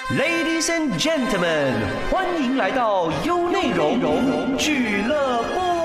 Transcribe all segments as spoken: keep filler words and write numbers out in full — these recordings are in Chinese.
Ladies and gentlemen， 欢迎来到优内容俱乐部。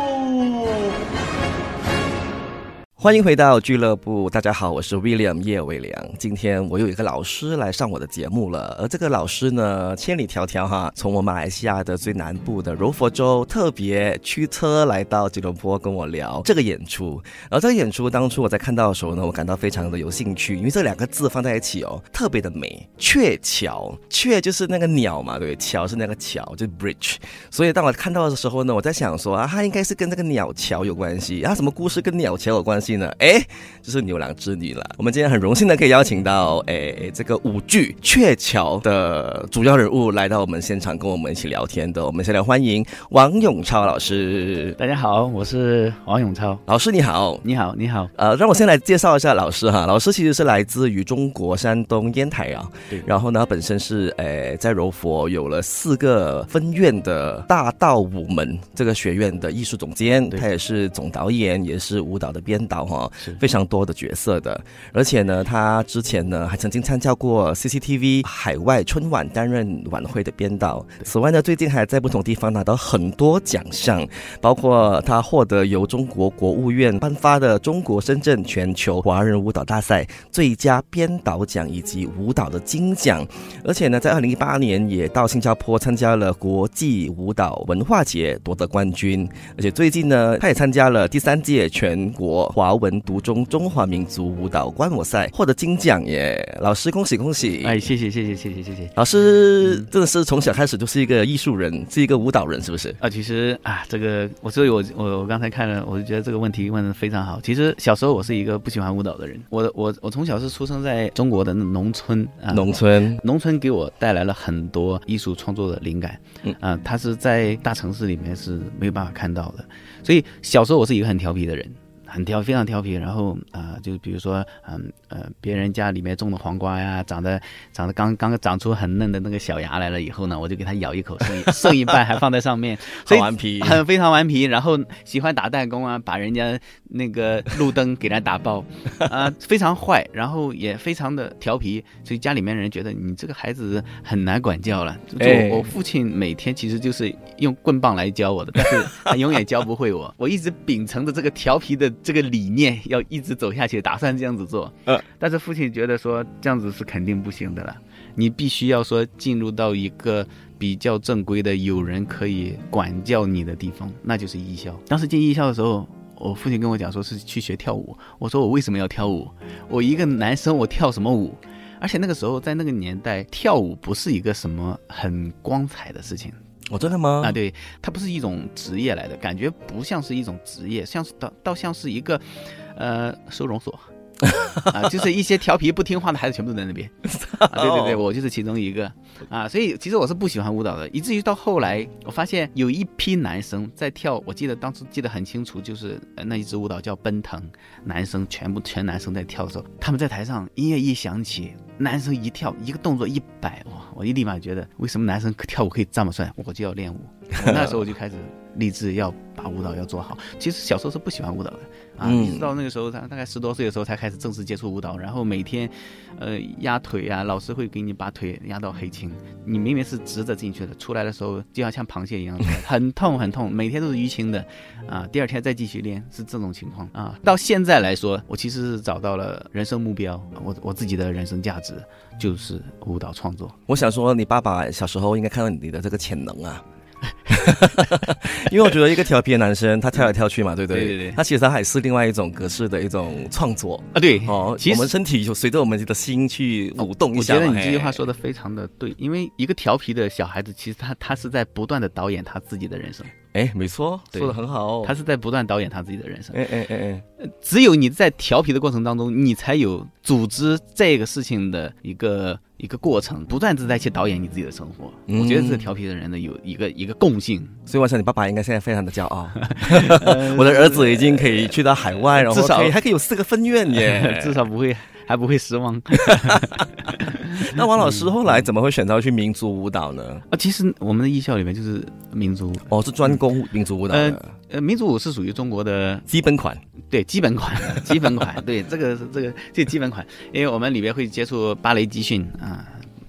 欢迎回到俱乐部，大家好，我是 William 叶伟良。今天我有一个老师来上我的节目了，而这个老师呢，千里迢迢哈，从我马来西亚的最南部的柔佛州特别驱车来到吉隆坡跟我聊这个演出。然后这个演出当初我在看到的时候呢，我感到非常的有兴趣，因为这两个字放在一起哦，特别的美。鹊桥，鹊就是那个鸟嘛，对，桥是那个桥，就是 bridge。所以当我看到的时候呢，我在想说啊，它应该是跟这个鸟桥有关系啊，什么故事跟鸟桥有关系？哎，就是牛郎织女了。我们今天很荣幸的可以邀请到哎这个舞剧《鹊桥》的主要人物来到我们现场，跟我们一起聊天的。我们先来欢迎王永超老师。 大家好，我是王永超老师，你好。 你好，你好。 呃，让我先来介绍一下老师哈。老师其实是来自于中国山东烟台啊，对。然后呢，本身是哎在柔佛有了四个分院的大道舞门这个学院的艺术总监，他也是总导演，也是舞蹈的编导。非常多的角色的，而且呢，他之前呢还曾经参加过 C C T V 海外春晚担任晚会的编导。此外呢，最近还在不同地方拿到很多奖项，包括他获得由中国国务院颁发的中国深圳全球华人舞蹈大赛最佳编导奖以及舞蹈的金奖。而且呢，在二零一八年也到新加坡参加了国际舞蹈文化节夺得冠军。而且最近呢，他也参加了第三届全国华文独中中华民族舞蹈观摩赛，获得金奖耶！老师，恭喜恭喜！ 哎，谢谢谢谢谢谢谢谢。 老师真的是从小开始就是一个艺术人，是一个舞蹈人，是不是？ 啊，其实啊，这个我所以我我我刚才看了，我就觉得这个问题问得非常好。其实小时候我是一个不喜欢舞蹈的人，我我我从小是出生在中国的农村啊， 农村农村给我带来了很多艺术创作的灵感，嗯啊，它是在大城市里面是没有办法看到的，所以小时候我是一个很调皮的人。很调，非常调皮，然后啊、呃，就比如说，嗯呃，别人家里面种的黄瓜呀，长得长得刚刚长出很嫩的那个小芽来了以后呢，我就给它咬一口，剩一剩一半还放在上面， 好顽皮， 很非常顽皮。然后喜欢打弹弓啊，把人家那个路灯给它打爆，啊、呃，非常坏，然后也非常的调皮，所以家里面人觉得你这个孩子很难管教了。就我我父亲每天其实就是用棍棒来教我的，但是他永远教不会我。我一直秉承着这个调皮的这个理念要一直走下去，打算这样子做，呃，但是父亲觉得说这样子是肯定不行的了，你必须要说进入到一个比较正规的有人可以管教你的地方，那就是艺校。当时进艺校的时候，我父亲跟我讲说是去学跳舞，我说我为什么要跳舞？我一个男生我跳什么舞？而且那个时候在那个年代跳舞不是一个什么很光彩的事情。 哦，真的吗？ 啊，对，它不是一种职业来的，感觉不像是一种职业，像是倒倒像是一个，呃，收容所。啊，就是一些调皮不听话的孩子全部都在那边啊，对对对，我就是其中一个啊，所以其实我是不喜欢舞蹈的，以至于到后来我发现有一批男生在跳，我记得当时记得很清楚，就是那一支舞蹈叫奔腾，男生全部全男生在跳的时候，他们在台上音乐一响起，男生一跳一个动作一摆，哇，我一立马觉得为什么男生跳舞可以这么帅，我就要练舞。我那时候我就开始立志要把舞蹈要做好。其实小时候是不喜欢舞蹈的啊，一直到那个时候，大概十多岁的时候才开始正式接触舞蹈，然后每天，呃，压腿啊，老师会给你把腿压到黑青，你明明是直着进去的，出来的时候就要像螃蟹一样，很痛很痛，每天都是淤青的啊，第二天再继续练，是这种情况啊。到现在来说，我其实是找到了人生目标，我我自己的人生价值就是舞蹈创作。 我想说，你爸爸小时候应该看到你的这个潜能啊。因为我觉得一个调皮的男生，他跳来跳去嘛，对不对？ 对对对， 他其实他还是另外一种格式的一种创作啊。对哦，我们身体就随着我们的心去舞动一下。 我觉得你这句话说的非常的对，因为一个调皮的小孩子，其实他他是在不断的导演他自己的人生。 哎，没错，说得很好哦。 他是在不断导演他自己的人生。 哎哎哎哎， 只有你在调皮的过程当中，你才有组织这个事情的一个一个过程，不断的在去导演你自己的生活。嗯、我觉得这个调皮的人呢，有一个一个共性。 所以我想你爸爸应该现在非常的骄傲，我的儿子已经可以去到海外，然后至少还可以有四个分院耶， 至少不会还不会失望。 那王老师后来怎么会选择去民族舞蹈呢？ 啊，其实我们的艺校里面就是民族哦，是专攻民族舞蹈的。呃呃，民族舞是属于中国的基本款， 对，基本款，基本款，对，这个是这个这个基本款，因为我们里边会接触芭蕾集训啊。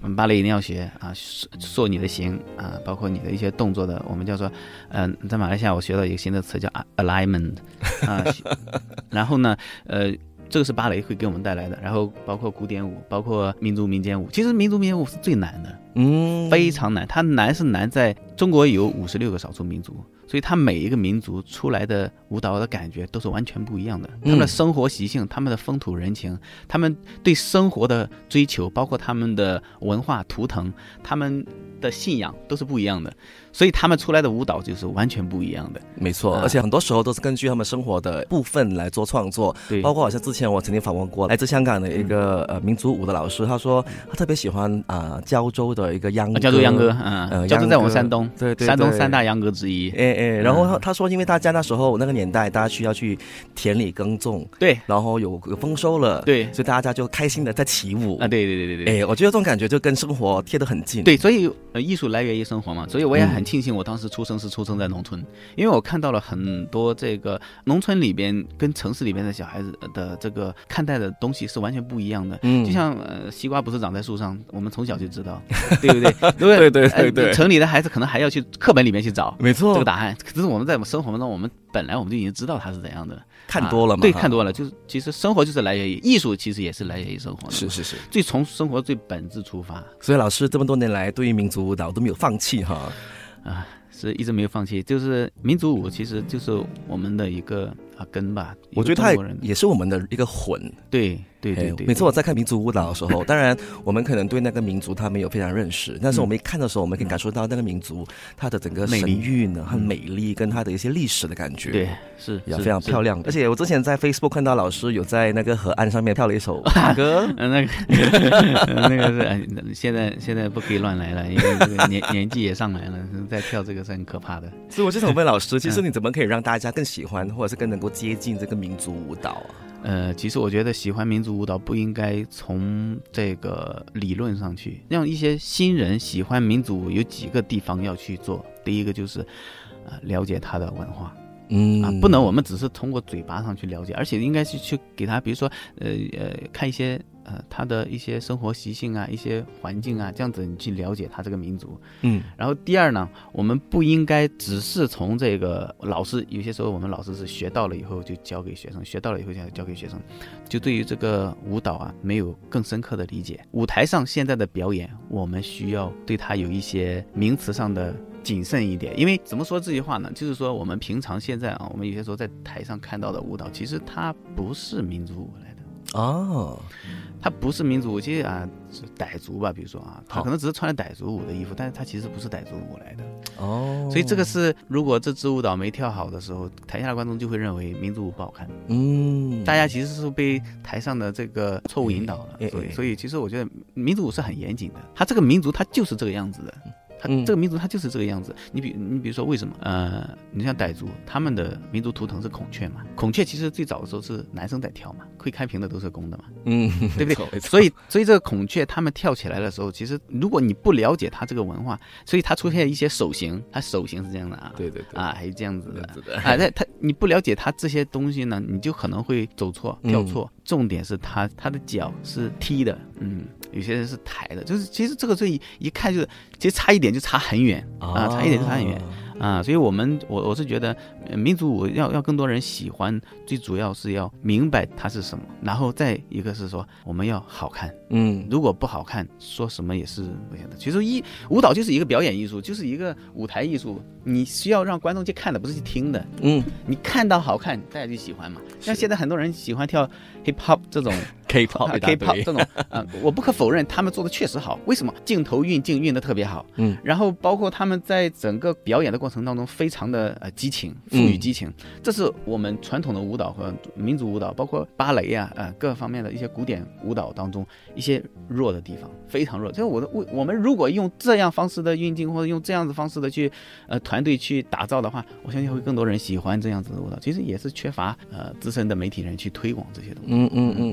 芭蕾一定要学啊，塑你的形啊，包括你的一些动作的，我们叫做，呃，在马来西亚我学到一个新的词叫 alignment 啊，然后呢，呃。这个是芭蕾会给我们带来的，然后包括古典舞，包括民族民间舞。其实民族民间舞是最难的，嗯，非常难。它难是难在中国有五十六个少数民族，所以它每一个民族出来的舞蹈的感觉都是完全不一样的。他们的生活习性、他们的风土人情、他们对生活的追求，包括他们的文化图腾、他们的信仰都是不一样的。所以他们出来的舞蹈就是完全不一样的， 没错、啊，而且很多时候都是根据他们生活的部分来做创作。对，包括好像之前我曾经访问过来自香港的一个、嗯、呃民族舞的老师，他说他特别喜欢啊、呃、胶州的一个秧歌， 胶州秧歌，嗯，呃、胶州在我们山东， 对 对, 对， 山东三大秧歌之一。 哎哎，然后他说，因为大家那时候那个年代，大家需要去田里耕种， 对， 然后有有丰收了， 对， 所以大家就开心的在起舞啊，对对对对对， 哎，我觉得这种感觉就跟生活贴得很近。 对，所以呃，艺术来源于生活嘛，所以我也很庆幸我当时出生是出生在农村，因为我看到了很多这个农村里边跟城市里边的小孩子的这个看待的东西是完全不一样的。嗯，就像呃，西瓜不是长在树上，我们从小就知道，对不对？ 对对对对、 呃，城里的孩子可能还要去课本里面去找， 没错， 这个答案。可是我们在生活中，我们本来我们就已经知道它是怎样的， 看多了嘛、啊， 对，看多了，就是其实生活就是来源于艺术，其实也是来源于生活的， 是是是， 最从生活最本质出发。 所以老师这么多年来对于民族舞蹈都没有放弃哈， 啊。是一直没有放弃，就是民族舞其实就是我们的一个啊根吧。 我觉得它也是我们的一个魂。 对对对 对, 对。 每次我在看民族舞蹈的时候，当然我们可能对那个民族他没有非常认识，但是我们一看的时候，我们可以感受到那个民族它的整个神韵呢、很美丽，跟它的一些历史的感觉。 对，是也非常漂亮。而且我之前在 Facebook 看到老师有在那个河岸上面跳了一首歌， 那个那个是现在现在不可以乱来了，因为这个年年纪也上来了，再跳这个是很可怕的。 所以我就想问老师，其实你怎么可以让大家更喜欢，或者是更能够接近这个民族舞蹈啊？ 呃，其实我觉得喜欢民族舞蹈不应该从这个理论上去，让一些新人喜欢民族舞有几个地方要去做。第一个就是，呃，了解它的文化。嗯啊，不能我们只是通过嘴巴上去了解，而且应该是去给他，比如说，呃呃，看一些呃他的一些生活习性啊，一些环境啊，这样子你去了解他这个民族。嗯，然后第二呢，我们不应该只是从这个老师，有些时候我们老师是学到了以后就教给学生，学到了以后就教给学生，就对于这个舞蹈啊没有更深刻的理解。舞台上现在的表演，我们需要对它有一些名词上的谨慎一点，因为怎么说这句话呢？就是说我们平常现在啊，我们有些时候在台上看到的舞蹈，其实它不是民族舞来的哦，它不是民族舞，其实啊是傣族吧，比如说啊，他可能只是穿了傣族舞的衣服，但是它其实不是傣族舞来的哦。所以这个是，如果这支舞蹈没跳好的时候，台下的观众就会认为民族舞不好看。嗯，大家其实是被台上的这个错误引导了。嗯、所以，所以其实我觉得民族舞是很严谨的，它这个民族它就是这个样子的。它这个民族它就是这个样子，你比你比如说为什么？呃，你像傣族，他们的民族图腾是孔雀嘛，孔雀其实最早的时候是男生在跳嘛，会开屏的都是公的嘛，嗯，对不对？所以所以这个孔雀他们跳起来的时候，其实如果你不了解它这个文化，所以它出现一些手型，它手型是这样的啊，对对对，啊还是这样子的啊，那它你不了解它这些东西呢，你就可能会走错跳错。嗯、重点是它它的脚是踢的，嗯。有些人是抬的，就是其实这个这一一看就是，其实差一点就差很远啊，差一点就差很远啊，所以我们我我是觉得民族舞要要更多人喜欢，最主要是要明白它是什么，然后再一个是说我们要好看，嗯，如果不好看，说什么也是不行的。其实一舞蹈就是一个表演艺术，就是一个舞台艺术，你需要让观众去看的，不是去听的，嗯，你看到好看，大家就喜欢嘛。像现在很多人喜欢跳 hip hop 这种。 K-pop K-pop 这种啊，我不可否认他们做的确实好。为什么？镜头运镜运的特别好，嗯，然后包括他们在整个表演的过程当中非常的呃激情，赋予激情，嗯、这是我们传统的舞蹈和民族舞蹈，包括芭蕾啊，呃各方面的一些古典舞蹈当中一些弱的地方，非常弱。就是我的我们如果用这样方式的运镜或者用这样子方式的去呃团队去打造的话，我相信会更多人喜欢这样子的舞蹈。其实也是缺乏呃资深的媒体人去推广这些东西。 嗯嗯嗯嗯。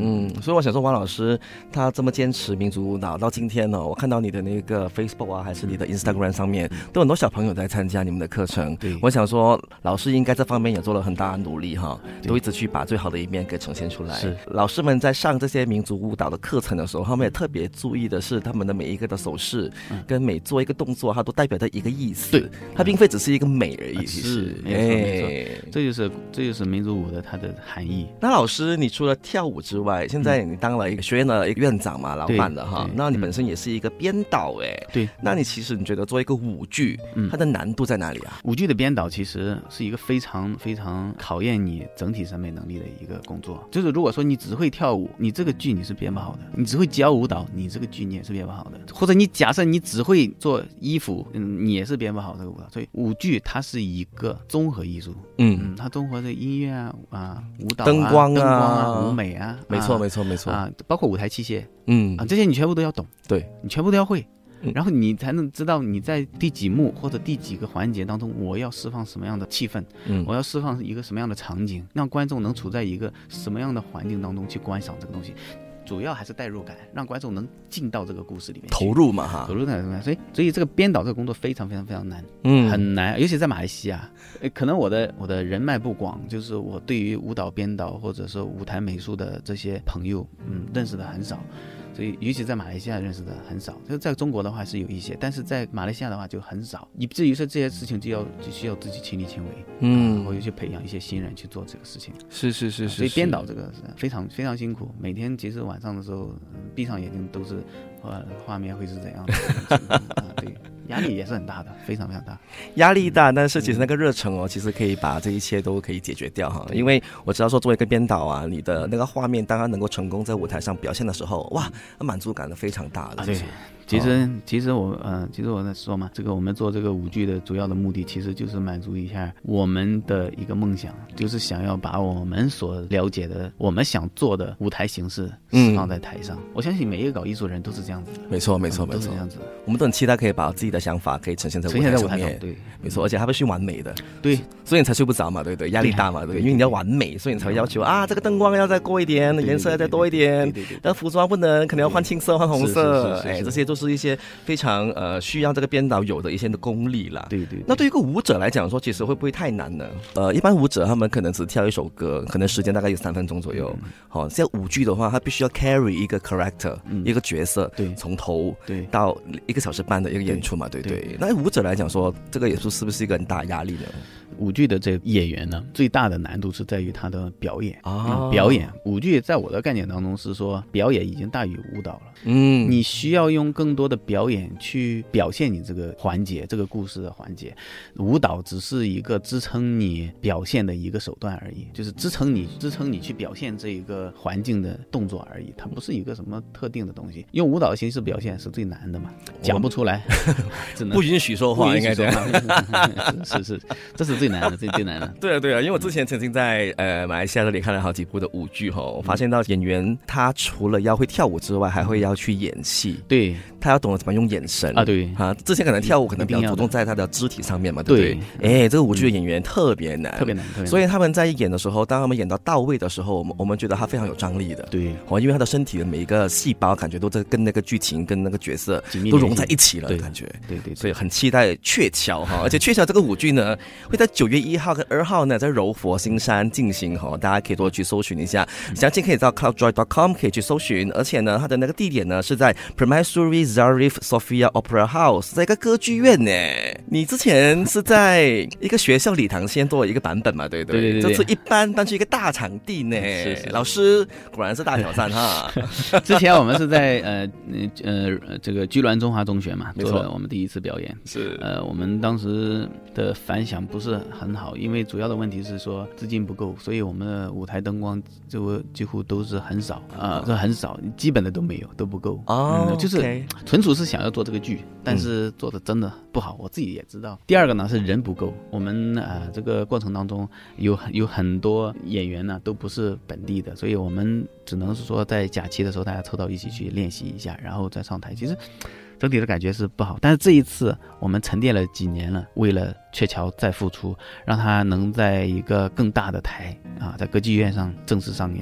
所以我想说王老师他这么坚持民族舞蹈到今天呢，我看到你的那个 Facebook 啊还是你的 Instagram 上面、嗯、都有很多小朋友在参加你们的课程，对，我想说老师应该这方面也做了很大的努力哈，都一直去把最好的一面给呈现出来。是老师们在上这些民族舞蹈的课程的时候，他们也特别注意的是他们的每一个的手势、嗯、跟每做一个动作它都代表的一个意思，对，它并非只是一个美而已、啊、 是没错、哎、没错，这就是这就是民族舞的它的含义。 那老师你除了跳舞之外，现在你当了一个学院的一个院长嘛，老板的哈，那你本身也是一个编导哎，对，那你其实你觉得做一个舞剧、嗯、它的难度在哪里啊？ 舞剧的编导其实是一个非常非常考验你整体审美能力的一个工作，就是如果说你只会跳舞，你这个剧你是编不好的，你只会教舞蹈，你这个剧你也是编不好的，或者你假设你只会做衣服，嗯，你也是编不好这个舞蹈。所以舞剧它是一个综合艺术，嗯嗯，它综合的音乐啊啊舞蹈啊灯光啊灯光啊舞美啊， 没错没错没错啊，包括舞台器械，嗯啊，这些你全部都要懂，对，你全部都要会。然后你才能知道你在第几幕或者第几个环节当中，我要释放什么样的气氛，嗯，我要释放一个什么样的场景，让观众能处在一个什么样的环境当中去观赏这个东西。主要还是代入感，让观众能进到这个故事里面去投入嘛哈， 投入感，所以所以这个编导这个工作非常非常非常难，嗯，很难，尤其在马来西亚，可能我的我的人脉不广，就是我对于舞蹈编导或者说舞台美术的这些朋友，嗯，认识的很少。所以尤其在马来西亚认识的很少，就在中国的话是有一些，但是在马来西亚的话就很少，以至于说这些事情就要就需要自己亲力亲为，嗯，然后又去培养一些新人去做这个事情。 是是是是， 所以编导这个是非常非常辛苦，每天其实晚上的时候闭上眼睛都是呃画面会是怎样的、啊、对，压力也是很大的，非常非常大， 压力大，但是其实那个热忱哦，其实可以把这一切都可以解决掉哈。因为我知道说作为一个编导啊，你的那个画面当然能够成功在舞台上表现的时候，哇，满足感是非常大的。 啊、对，其实其实我呃，其实我在说嘛，这个我们做这个舞剧的主要的目的，其实就是满足一下我们的一个梦想，就是想要把我们所了解的、我们想做的舞台形式释放在台上。嗯、我相信每一个搞艺术人都是这样子的。 没错，没错，没错，这样子。我们都很期待可以把自己的想法可以呈现在舞台上面。 对， 没错，而且它必须完美的。 对， 所以你才睡不着嘛，对不对？压力大嘛，对不对？因为你要完美，所以你才会要求啊，这个灯光要再过一点，颜色要再多一点，对对对，那服装不能可能要换青色、换红色，哎，这些都是一些非常呃需要这个编导有的一些的功力啦。对 对, 对。那对于一个舞者来讲说，其实会不会太难呢？呃，一般舞者他们可能只跳一首歌，可能时间大概有三分钟左右。好、嗯，像舞剧的话，他必须要 carry 一个 character，、嗯、一个角色，对，从头对到一个小时半的一个演出嘛，对 对, 对, 对。那舞者来讲说，这个演出是不是一个很大压力呢？ 舞剧的这个演员呢，最大的难度是在于他的表演啊、嗯，表演。舞剧在我的概念当中是说，表演已经大于舞蹈了。嗯，你需要用更多的表演去表现你这个环节，这个故事的环节。舞蹈只是一个支撑你表现的一个手段而已，就是支撑你支撑你去表现这一个环境的动作而已，它不是一个什么特定的东西。用舞蹈的形式表现是最难的嘛，讲不出来， 不允许说话，应该这样。 是是，这是最难的，最最难的。 对啊对啊，因为我之前曾经在呃马来西亚这里看了好几部的舞剧哈，我发现到演员他除了要会跳舞之外，还会要去演戏。对，他要懂得怎么用眼神啊。对啊，之前可能跳舞可能比较着重在他的肢体上面嘛，对不对？哎，这个舞剧的演员特别难，特别难，所以他们在演的时候，当他们演到到位的时候，我们我们觉得他非常有张力的。对，哦，因为他的身体的每一个细胞感觉都在跟那个剧情跟那个角色都融在一起了，感觉。对对，所以很期待鹊桥哈，而且鹊桥这个舞剧呢，会在九月一号跟二号呢，在柔佛新山进行哈，大家可以多去搜寻一下，详情可以到 cloud joy dot com 可以去搜寻，而且呢，它的那个地点呢是在 Permaisuri Zarif Sofia Opera House， 在一个歌剧院呢。你之前是在一个学校礼堂先做一个版本嘛，对不 对, 对, 对, 对？这次一搬搬去一个大场地呢，是是老师果然是大挑战哈。 之前我们是在呃呃这个居銮中华中学嘛，做了我们第一次表演，是呃我们当时的反响不是很好，因为主要的问题是说资金不够，所以我们的舞台灯光就几乎都是很少啊，这、呃、很少，基本的都没有，都不够哦、嗯，就是纯属是想要做这个剧，但是做的真的不好，我自己也知道。第二个呢是人不够，我们啊、呃、这个过程当中有有很多演员呢都不是本地的，所以我们只能是说在假期的时候大家凑到一起去练习一下，然后再上台。其实整体的感觉是不好，但是这一次我们沉淀了几年了，为了鹊桥再复出，让它能在一个更大的台啊，在歌剧院上正式上演，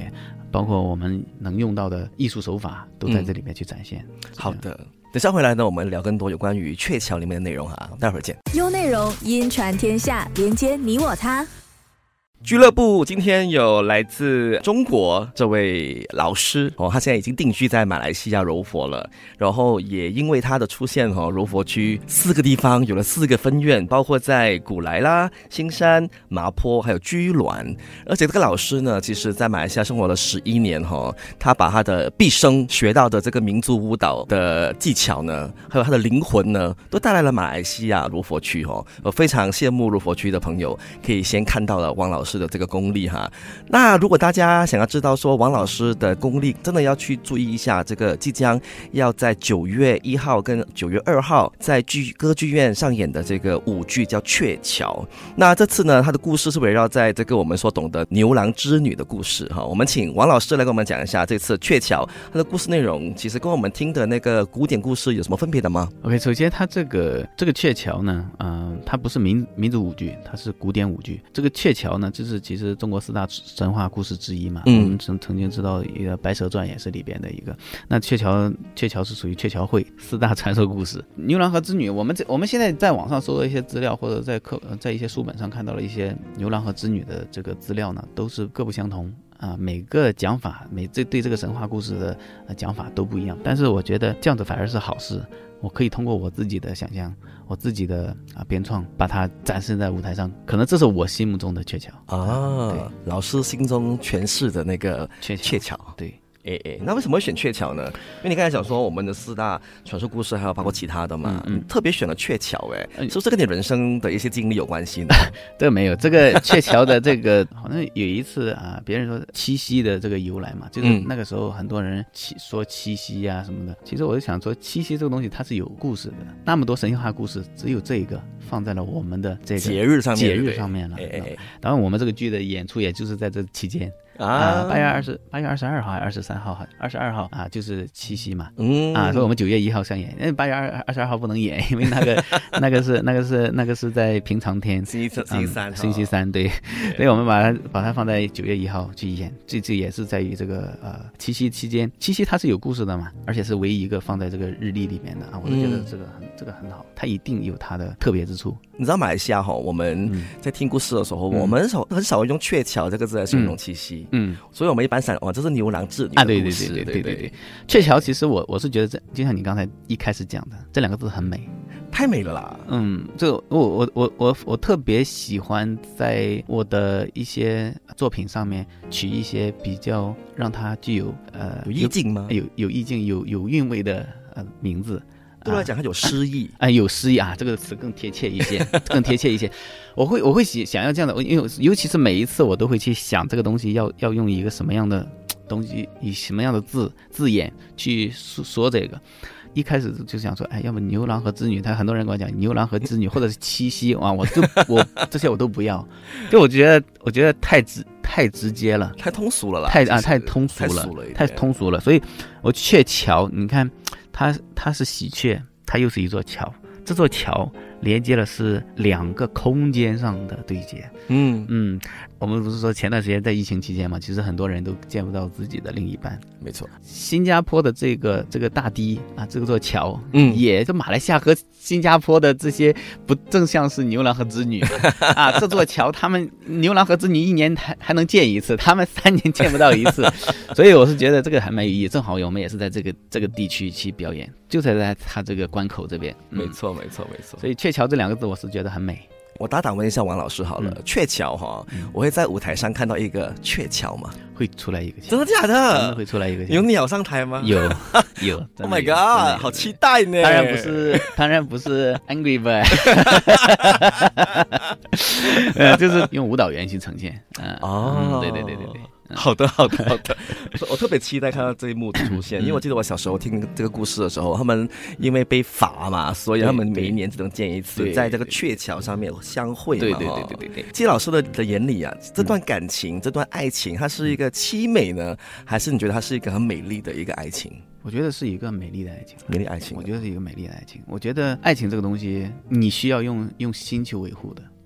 包括我们能用到的艺术手法都在这里面去展现。 嗯、好的，等下回来呢，我们聊更多有关于鹊桥里面的内容哈，待会儿见。 优内容音传天下，连接你我他。 俱乐部今天有来自中国这位老师哦，他现在已经定居在马来西亚柔佛了，然后也因为他的出现哦，柔佛区四个地方有了四个分院，包括在古来啦、新山、麻坡还有居銮。而且这个老师呢，其实在马来西亚生活了十一年哈，他把他的毕生学到的这个民族舞蹈的技巧呢，还有他的灵魂呢，都带来了马来西亚柔佛区哦。我非常羡慕柔佛区的朋友，可以先看到了王老师的这个功力哈。那如果大家想要知道说王老师的功力，真的要去注意一下这个即将要在九月一号跟九月二号在剧歌剧院上演的这个舞剧叫《鹊桥》。那这次呢，他的故事是围绕在这个我们所懂的牛郎织女的故事哈。我们请王老师来跟我们讲一下这次《鹊桥》它的故事内容，其实跟我们听的那个古典故事有什么分别的吗 ？OK， 首先它这个这个《鹊桥》呢，嗯、呃，它不是民民族舞剧，它是古典舞剧。这个《鹊桥》呢，就是其实中国四大神话故事之一嘛，嗯、我们曾曾经知道一个《白蛇传》也是里边的一个。那鹊桥，鹊桥是属于鹊桥会四大传说故事。牛郎和织女，我们这我们现在在网上搜到一些资料，或者在课在一些书本上看到了一些牛郎和织女的这个资料呢，都是各不相同。啊，每个讲法，每这对这个神话故事的、呃、讲法都不一样，但是我觉得这样子反而是好事。我可以通过我自己的想象，我自己的啊编创，把它展示在舞台上，可能这是我心目中的鹊桥啊，老师心中诠释的那个鹊桥。 鹊桥， 对。 哎哎，那为什么会选鹊桥呢？因为你刚才讲说我们的四大传说故事还有包括其他的嘛，嗯嗯、特别选了鹊桥，哎、嗯，是不是跟你人生的一些经历有关系呢？ 这个没有，这个鹊桥的这个好像有一次啊，别人说七夕的这个由来嘛，就是那个时候很多人七说七夕啊什么的，其实我就想说七夕这个东西它是有故事的，那么多神话故事，只有这一个放在了我们的这个节日上面， 节日上面了。哎哎，当然我们这个剧的演出也就是在这期间。啊，八月二十八月二十二号还是二十三号？二十二号啊，就是七夕嘛。嗯啊，所以我们九月一号上演，因为八月二二十二号不能演，因为那个那个是那个是那个是在平常天， 星期星期三， 星期三对，所以我们把它把它放在九月一号去演，这这也是在于这个呃七夕期间，七夕它是有故事的嘛，而且是唯一一个放在这个日历里面的啊，我就觉得这个很、嗯、这个很好，它一定有它的特别之处。 你知道马来西亚哈，我们在听故事的时候，嗯、我们很少很少用鹊桥这个字来形容七夕。嗯嗯，所以我们一般想，哦，这是牛郎织女的故事啊，对对对对对对对。 鹊桥其实我我是觉得这，就像你刚才一开始讲的，这两个字很美， 太美了啦。 嗯，这我我我我我特别喜欢在我的一些作品上面取一些比较让它具有呃有意境吗？ 有有意境、有有韵味的呃名字。 对我来讲，它有诗意啊、呃，有诗意啊，这个词更贴切一些，更贴切一些。我会我会想要这样的，因为尤其是每一次我都会去想这个东西要要用一个什么样的东西，以什么样的字字眼去说说这个。一开始就想说，哎，要么牛郎和织女，他很多人跟我讲牛郎和织女，或者是七夕啊，我就我这些我都不要，就我觉得我觉得太直太直接了， 太通俗了啦， 太啊太通俗了，太通俗了，所以我鹊桥，你看它它是喜鹊，它又是一座桥，这座桥连接了是两个空间上的对接。嗯嗯，我们不是说前段时间在疫情期间嘛，其实很多人都见不到自己的另一半。 没错， 新加坡的这个这个大堤啊，这座桥，嗯，也就马来西亚和新加坡的这些不正像是牛郎和织女啊，这座桥他们牛郎和织女一年还还能见一次，他们三年见不到一次，所以我是觉得这个还蛮有意义。正好我们也是在这个这个地区去表演，就在在他这个关口这边。 嗯、没错，没错，没错。 所以鹊桥这两个字，我是觉得很美。 我打档问一下王老师好了，鹊桥哈，我会在舞台上看到一个鹊桥吗？ 会出来一个桥？ 真的假的？ 真的会出来一个桥？ 有鸟上台吗？ 有有。 Oh my god， 好期待呢！ 当然不是，当然不是 Angry Bird， 呃，就是用舞蹈员去呈现。嗯、哦、嗯，对对对对对。 好的好的好的，我特别期待看到这一幕出现，因为我记得我小时候听这个故事的时候，他们因为被罚嘛，所以他们每一年只能见一次，在这个鹊桥上面相会嘛。 对对对对对对。季老师的的眼里啊，这段感情、嗯、这段爱情，它是一个凄美呢，还是你觉得它是一个很美丽的一个爱情？ 我觉得是一个美丽的爱情， 美丽爱情。 我觉得是一个美丽的爱情。我觉得爱情这个东西，你需要用用心去维护的。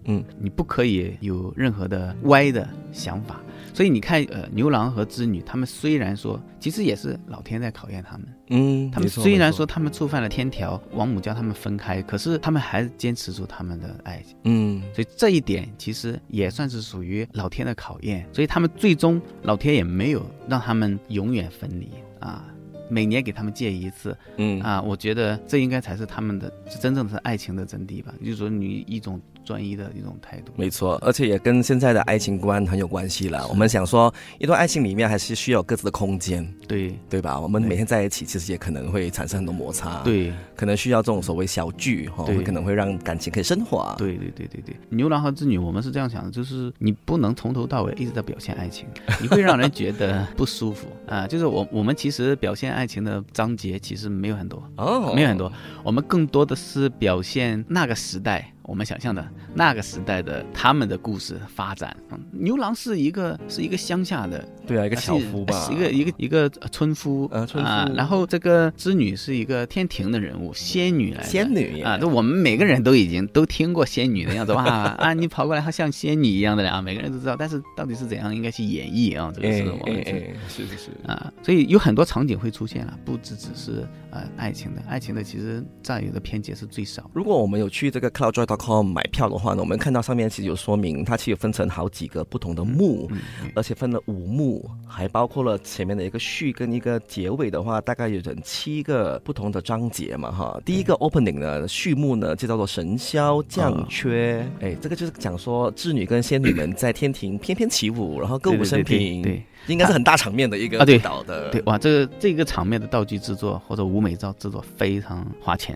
嗯，你不可以有任何的歪的想法。所以你看，呃，牛郎和织女，他们虽然说，其实也是老天在考验他们。嗯，他们虽然说他们触犯了天条，王母叫他们分开，可是他们还是坚持住他们的爱情。嗯，所以这一点其实也算是属于老天的考验。所以他们最终，老天也没有让他们永远分离啊。每年给他们借一次，嗯啊，我觉得这应该才是他们的真正的爱情的真谛吧，就是说你一种专一的一种态度。 没错，而且也跟现在的爱情观很有关系了。我们想说，一段爱情里面还是需要有各自的空间， 对对吧？我们每天在一起，其实也可能会产生很多摩擦， 对， 可能需要这种所谓小聚，哈，会可能会让感情可以升华。 对对对对对，牛郎和织女，我们是这样想的，就是你不能从头到尾一直在表现爱情，你会让人觉得不舒服啊。就是我我们其实表现爱情的章节其实没有很多哦，没有很多，我们更多的是表现那个时代。我们想象的那个时代的他们的故事发展，嗯、牛郎是一个是一个乡下的， 对啊，一个樵夫吧， 一个一个一个村夫，呃，村夫、啊。然后这个织女是一个天庭的人物，仙女来的， 仙女啊，我们每个人都已经都听过仙女的样子哇啊，你跑过来，她像仙女一样的啊，每个人都知道，但是到底是怎样，应该去演绎啊，这个是我们是、哎哎、 是是是啊，所以有很多场景会出现了，不只只是呃爱情的，爱情的其实占有的偏见是最少。 如果我们有去这个 cloudjoy dot com 买票的话呢，我们看到上面其实有说明，它其实有分成好几个不同的幕，嗯嗯、而且分了五幕，还包括了前面的一个序跟一个结尾的话，大概有整七个不同的章节嘛哈。第一个 opening 呢，序幕呢就叫做神霄降缺，哎、哦，这个就是讲说织女跟仙女们在天庭翩翩起舞，然后歌舞升平，对, 对, 对, 对，应该是很大场面的一个舞蹈的， 啊、对, 对哇，这个这个场面的道具制作或者舞美照制作非常花钱，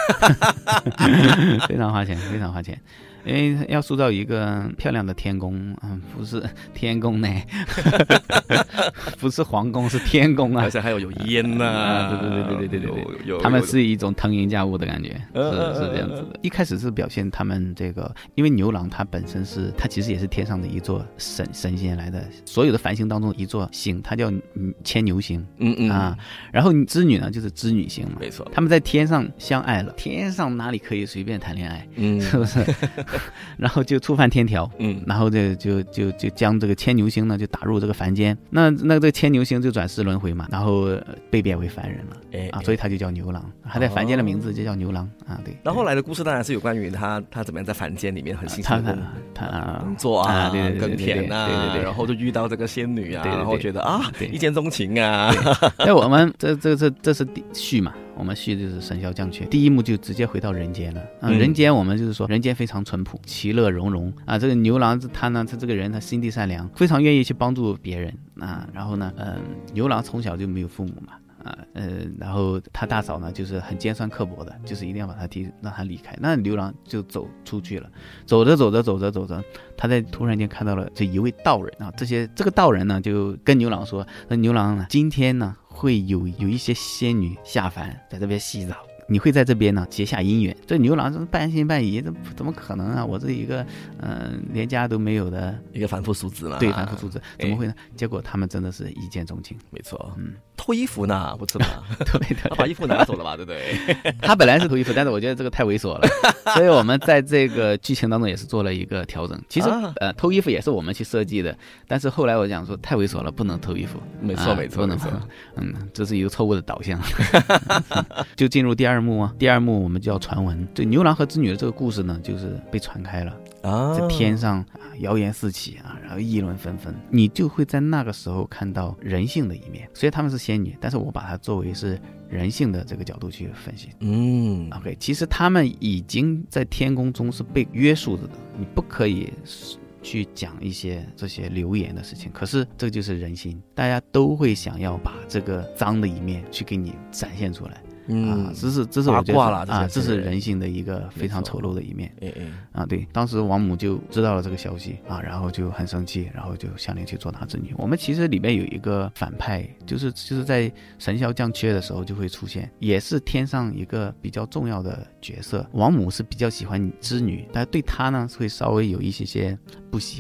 非常花钱，非常花钱。因为要塑造一个漂亮的天宫，嗯，不是天宫呢，不是皇宫，是天宫啊， 而且还有有烟呐、啊， 对对对对对对对，他们是一种腾云驾雾的感觉，是是这样子的。一开始是表现他们这个，因为牛郎他本身是，他其实也是天上的一座神神仙来的，所有的繁星当中一座星，它叫牵牛星，嗯嗯啊，然后织女呢就是织女星嘛， 没错， 他们在天上相爱了，天上哪里可以随便谈恋爱，嗯，是不是？然后就触犯天条，嗯，然后就就就就将这个牵牛星呢就打入这个凡间，那那这个牵牛星就转世轮回嘛，然后被变为凡人了，哎啊，所以他就叫牛郎，他在凡间的名字就叫牛郎、哦、啊，对。 然后后来的故事当然是有关于他他怎么样在凡间里面很辛苦的他他工作啊，啊对对对对耕田啊，对对对，然后就遇到这个仙女啊，对对对，然后觉得啊一见钟情啊。 哎，我们这这这这是序嘛。我们序就是神霄降缺，第一幕就直接回到人间了啊！嗯、人间我们就是说，人间非常淳朴，其乐融融啊。这个牛郎他呢，他这个人他心地善良，非常愿意去帮助别人啊。然后呢，嗯，牛郎从小就没有父母嘛。啊，呃，然后他大嫂呢，就是很尖酸刻薄的，就是一定要把他踢，让他离开。那牛郎就走出去了，走着走着走着走着，他在突然间看到了这一位道人啊。这些这个道人呢，就跟牛郎说：“那牛郎呢，今天呢，会有有一些仙女下凡，在这边洗澡。”你会在这边呢结下姻缘。这牛郎是半信半疑，这怎么可能啊？我这一个嗯、呃、连家都没有的一个凡夫俗子嘛， 对，凡夫俗子怎么会呢？结果他们真的是一见钟情。 没错，嗯，脱衣服呢不是吗？ 对对， 他把衣服拿走了吧，对不对？ 他本来是脱衣服，但是我觉得这个太猥琐了，所以我们在这个剧情当中也是做了一个调整。其实、啊、呃脱衣服也是我们去设计的，但是后来我讲说太猥琐了，不能脱衣服。 没错、啊、没错， 不能脱。嗯，这是一个错误的导向。就进入第二幕啊，第二幕我们叫传闻。这牛郎和织女的这个故事呢，就是被传开了啊，在天上啊谣言四起啊，然后议论纷纷。你就会在那个时候看到人性的一面。虽然他们是仙女，但是我把它作为是人性的这个角度去分析。嗯 ，OK， 其实他们已经在天宫中是被约束着的，你不可以去讲一些这些流言的事情，可是这就是人心，大家都会想要把这个脏的一面去给你展现出来。嗯啊，这是这是我觉得了啊，这是人性的一个非常丑陋的一面。哎哎啊，对，当时王母就知道了这个消息啊，然后就很生气，然后就下令去捉拿织女。我们其实里面有一个反派，就是就是在神霄降缺的时候就会出现，也是天上一个比较重要的角色。王母是比较喜欢织女，但对她呢会稍微有一些些不喜欢。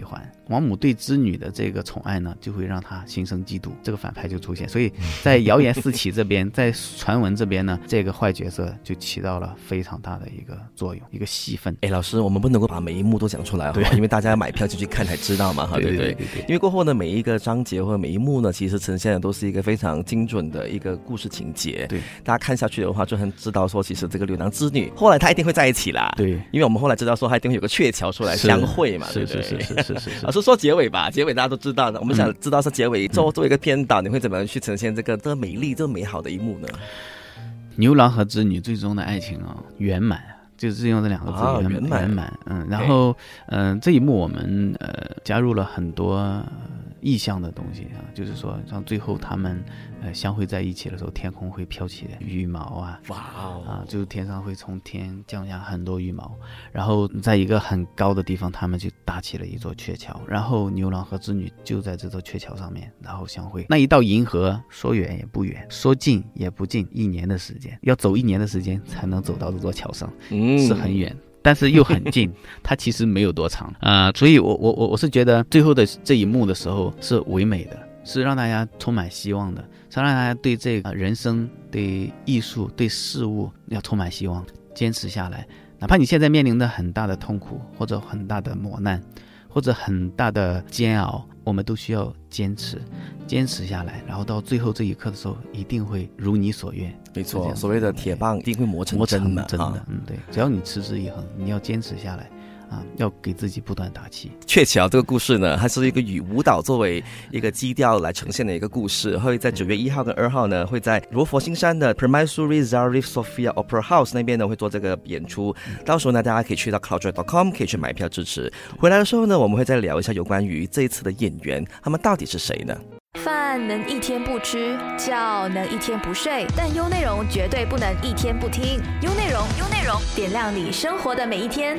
王母对织女的这个宠爱呢，就会让他心生嫉妒，这个反派就出现。所以在谣言四起这边，在传闻这边呢，这个坏角色就起到了非常大的一个作用，一个戏份。 哎，老师，我们不能够把每一幕都讲出来，对，因为大家买票就去看才知道嘛，哈，对对 对, 对, 对, 对。因为过后呢，每一个章节或者每一幕呢，其实呈现的都是一个非常精准的一个故事情节。 对， 大家看下去的话，就很知道说，其实这个牛郎织女后来他一定会在一起啦。 对， 因为我们后来知道说，他一定会有个鹊桥出来相会嘛，对不对？ 是是是是是是。 老师说结尾吧，结尾大家都知道的。我们想知道是结尾，做做一个编导，你会怎么样去呈现这个这个美丽、这个美好的一幕呢？ 牛郎和织女最终的爱情啊、哦，圆满。就是用这两个字圆满、啊、圆满，嗯，然后，嗯、呃，这一幕我们呃加入了很多、呃、意象的东西啊，就是说，像最后他们呃相会在一起的时候，天空会飘起羽毛啊， 哇哦， 啊，就是天上会从天降下很多羽毛，然后在一个很高的地方，他们就搭起了一座鹊桥，然后牛郎和织女就在这座鹊桥上面，然后相会。那一道银河说远也不远，说近也不近，一年的时间，要走一年的时间才能走到这座桥上。嗯，是很远，但是又很近，它其实没有多长啊、呃，所以我我我我是觉得最后的这一幕的时候是唯美的，是让大家充满希望的，是让大家对这个人生、对艺术、对事物要充满希望，坚持下来，哪怕你现在面临的很大的痛苦，或者很大的磨难，或者很大的煎熬，我们都需要坚持，坚持下来，然后到最后这一刻的时候，一定会如你所愿。 没错，所谓的铁棒一定会磨成针的， 真的，啊、嗯，对，只要你持之以恒，你要坚持下来。啊，要给自己不断打气。 鹊桥这个故事呢，它是一个以舞蹈作为一个基调来呈现的一个故事，会在九月一号跟二号呢，会在柔佛新山的 Permaisuri Zarif Sofia Opera House 那边呢会做这个演出。到时候呢，大家可以去到 cloudjoy dot com 可以去买票支持。回来的时候呢，我们会再聊一下有关于这一次的演员，他们到底是谁呢？ 饭能一天不吃，觉能一天不睡，但优内容绝对不能一天不听。优内容，优内容，点亮你生活的每一天。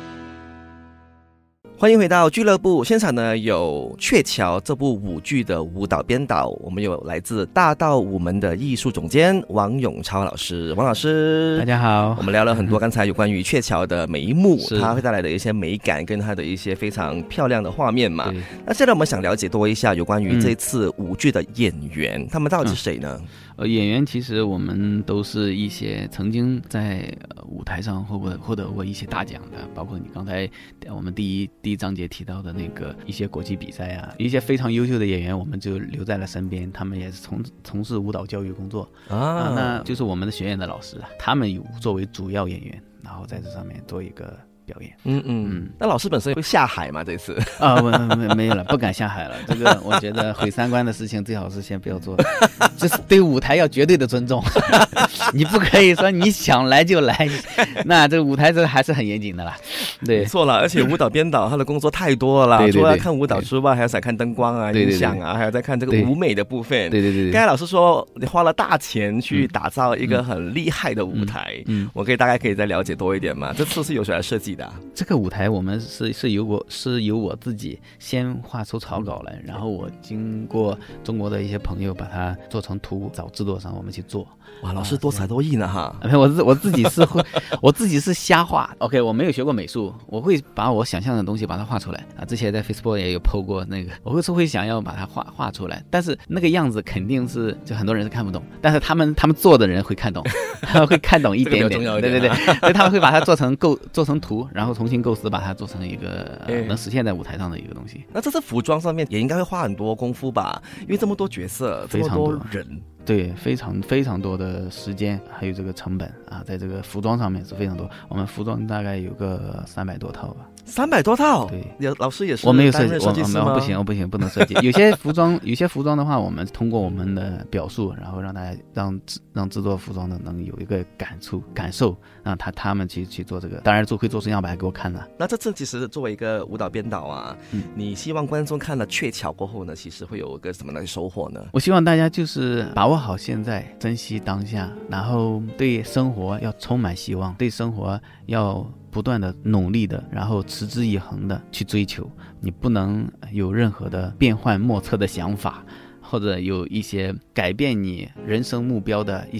欢迎回到俱乐部现场呢，有鹊桥这部舞剧的舞蹈编导，我们有来自大道舞门的艺术总监王永超老师。王老师大家好。 我们聊了很多刚才有关于鹊桥的每一幕它会带来的一些美感跟它的一些非常漂亮的画面嘛。那现在我们想了解多一下有关于这次舞剧的演员、嗯、他们到底是谁呢？ 呃，演员其实我们都是一些曾经在舞台上获过获得过一些大奖的，包括你刚才我们第一第一章节提到的那个一些国际比赛啊，一些非常优秀的演员，我们就留在了身边，他们也是从从事舞蹈教育工作 啊, 啊，那就是我们的学院的老师啊，他们以作为主要演员，然后在这上面做一个表演。 嗯嗯，那老师本身会下海吗？这次啊，没没没有了，不敢下海了。这个我觉得毁三观的事情最好是先不要做，就是对舞台要绝对的尊重。你不可以说你想来就来，那这个舞台这还是很严谨的啦。对， 没错了，而且舞蹈编导他的工作太多了，除了看舞蹈之外，还要再看灯光啊、音响啊，还要再看这个舞美的部分。 对对对。 刚才老师说你花了大钱去打造一个很厉害的舞台，嗯，嗯我可以大概可以再了解多一点吗？这次是由谁来设计的？ 这个舞台我们是是由我是由我自己先画出草稿来，然后我经过中国的一些朋友把它做成图，找制作商我们去做。 哇，老师多才多艺呢哈！ 我自我自己是会，我自己是瞎画。OK， 我没有学过美术，我会把我想象的东西把它画出来啊。之前在 Facebook 也有 po 过那个，我会是会想要把它画画出来，但是那个样子肯定是就很多人是看不懂，但是他们他们做的人会看懂，他们会看懂一点点， 点对对对，所以他们会把它做成构做成图，然后重新构思，把它做成一个、呃、能实现在舞台上的一个东西。 那这次服装上面也应该会花很多功夫吧？因为这么多角色，这么多人。 对，非常非常多的时间，还有这个成本啊，在这个服装上面是非常多。我们服装大概有个三百多套吧。 三百多套？ 对， 老师也是。 我没有设计，我我我不行，我不行，不能设计。有些服装，有些服装的话，我们通过我们的表述，然后让大家让让制作服装的能有一个感触感受，让他他们去去做这个。当然，做会做成样板给我看的。 那这次其实作为一个舞蹈编导啊，嗯、你希望观众看了鹊桥过后呢，其实会有一个什么样的收获呢？ 我希望大家就是把握好现在，珍惜当下，然后对生活要充满希望，对生活要不断的努力的，然后持之以恒的去追求。你不能有任何的变幻莫测的想法，或者有一些改变你人生目标的一些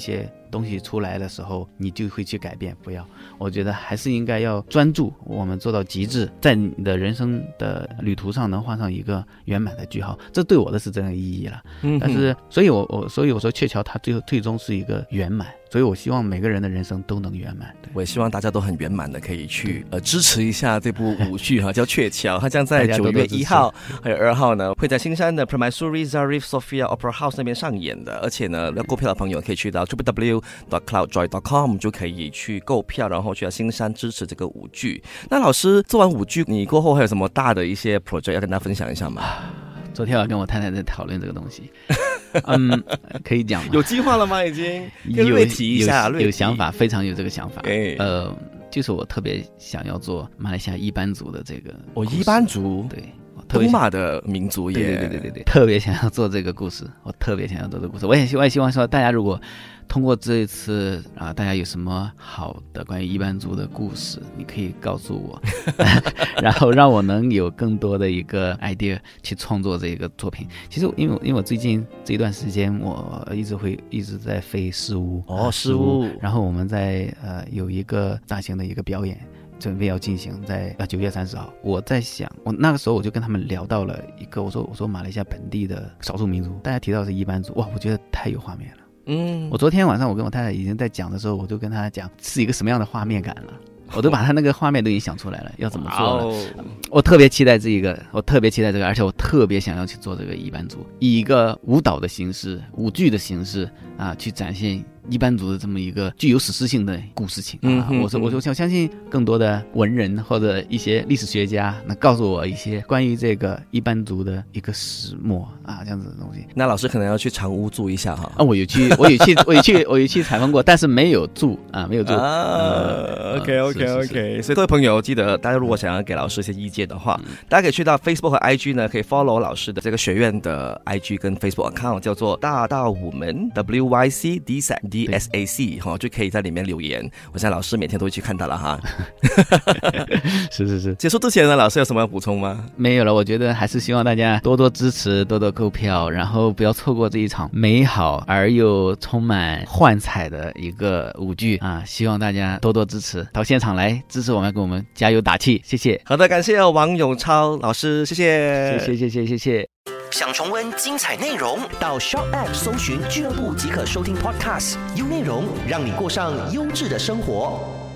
东西出来的时候你就会去改变，不要，我觉得还是应该要专注，我们做到极致，在你的人生的旅途上能画上一个圆满的句号，这对我的是真的意义了。嗯，但是所以我我所以我说鹊桥它最后最终是一个圆满，所以我希望每个人的人生都能圆满。 我也希望大家都很圆满的可以去呃支持一下这部舞剧哈，叫鹊桥，它将在九月一号还有二号呢会在新山的 Permaisuri Zarif Sofia Opera House 那边上演的，而且呢要购票的朋友可以去到 double-u double-u double-u dot cloud joy dot com 就可以去购票，然后去到新山支持这个舞剧。那老师做完舞剧你过后还有什么大的一些 project 要跟大家分享一下吗？ 昨天我跟我太太在讨论这个东西，嗯，可以讲吗？ 有计划了吗？已经有略提一下， 有, 有想法，非常有这个想法。哎，呃，就是我特别想要做马来西亚伊班族的这个， 哦，伊班族， 对， 东马的民族耶， 对对对对对，特别想要做这个故事，我特别想要做这个故事。我也希望，希望说大家如果通过这一次啊，大家有什么好的关于伊班族的故事，你可以告诉我，然后让我能有更多的一个 idea 去创作这个作品。其实因为因为我最近这一段时间，我一直会一直在飞事屋哦，事屋， 然后我们在呃有一个大型的一个表演。准备要进行在呃九月三十号，我在想，我那个时候我就跟他们聊到了一个，我说我说马来西亚本地的少数民族，大家提到的是伊班族，哇，我觉得太有画面了。嗯，我昨天晚上我跟我太太已经在讲的时候，我就跟她讲是一个什么样的画面感了。我都把他那个画面都已经想出来了，要怎么做了。Oh. 我特别期待这一个，我特别期待这个，而且我特别想要去做这个伊班族，以一个舞蹈的形式、舞剧的形式啊，去展现伊班族的这么一个具有史诗性的故事情啊。嗯、我说，我就相信更多的文人或者一些历史学家能告诉我一些关于这个伊班族的一个始末啊，这样子的东西。 那老师可能要去长屋住一下哈。 啊，我有去，我有去，我有去，我有去采访过，但是没有住啊，没有住。 啊、呃、，OK OK。OK OK， 所以各位朋友记得，大家如果想要给老师一些意见的话，嗯、大家可以去到 Facebook 和 I G 呢，可以 follow 老师的这个学院的 I G 跟 Facebook account， 叫做大道舞门 W Y C D S A C D S A C 哈，就可以在里面留言。我想老师每天都会去看到了哈。 是是是。 结束之前呢，老师有什么要补充吗？ 没有了，我觉得还是希望大家多多支持，多多购票，然后不要错过这一场美好而又充满幻彩的一个舞剧啊！希望大家多多支持，到现场来支持我们，给我们加油打气，谢谢。 好的，感谢王永超老师，谢谢， 谢谢，谢谢，谢谢。 想重温精彩内容，到 Shock App 搜寻俱乐部即可收听 Podcast， 优内容让你过上优质的生活。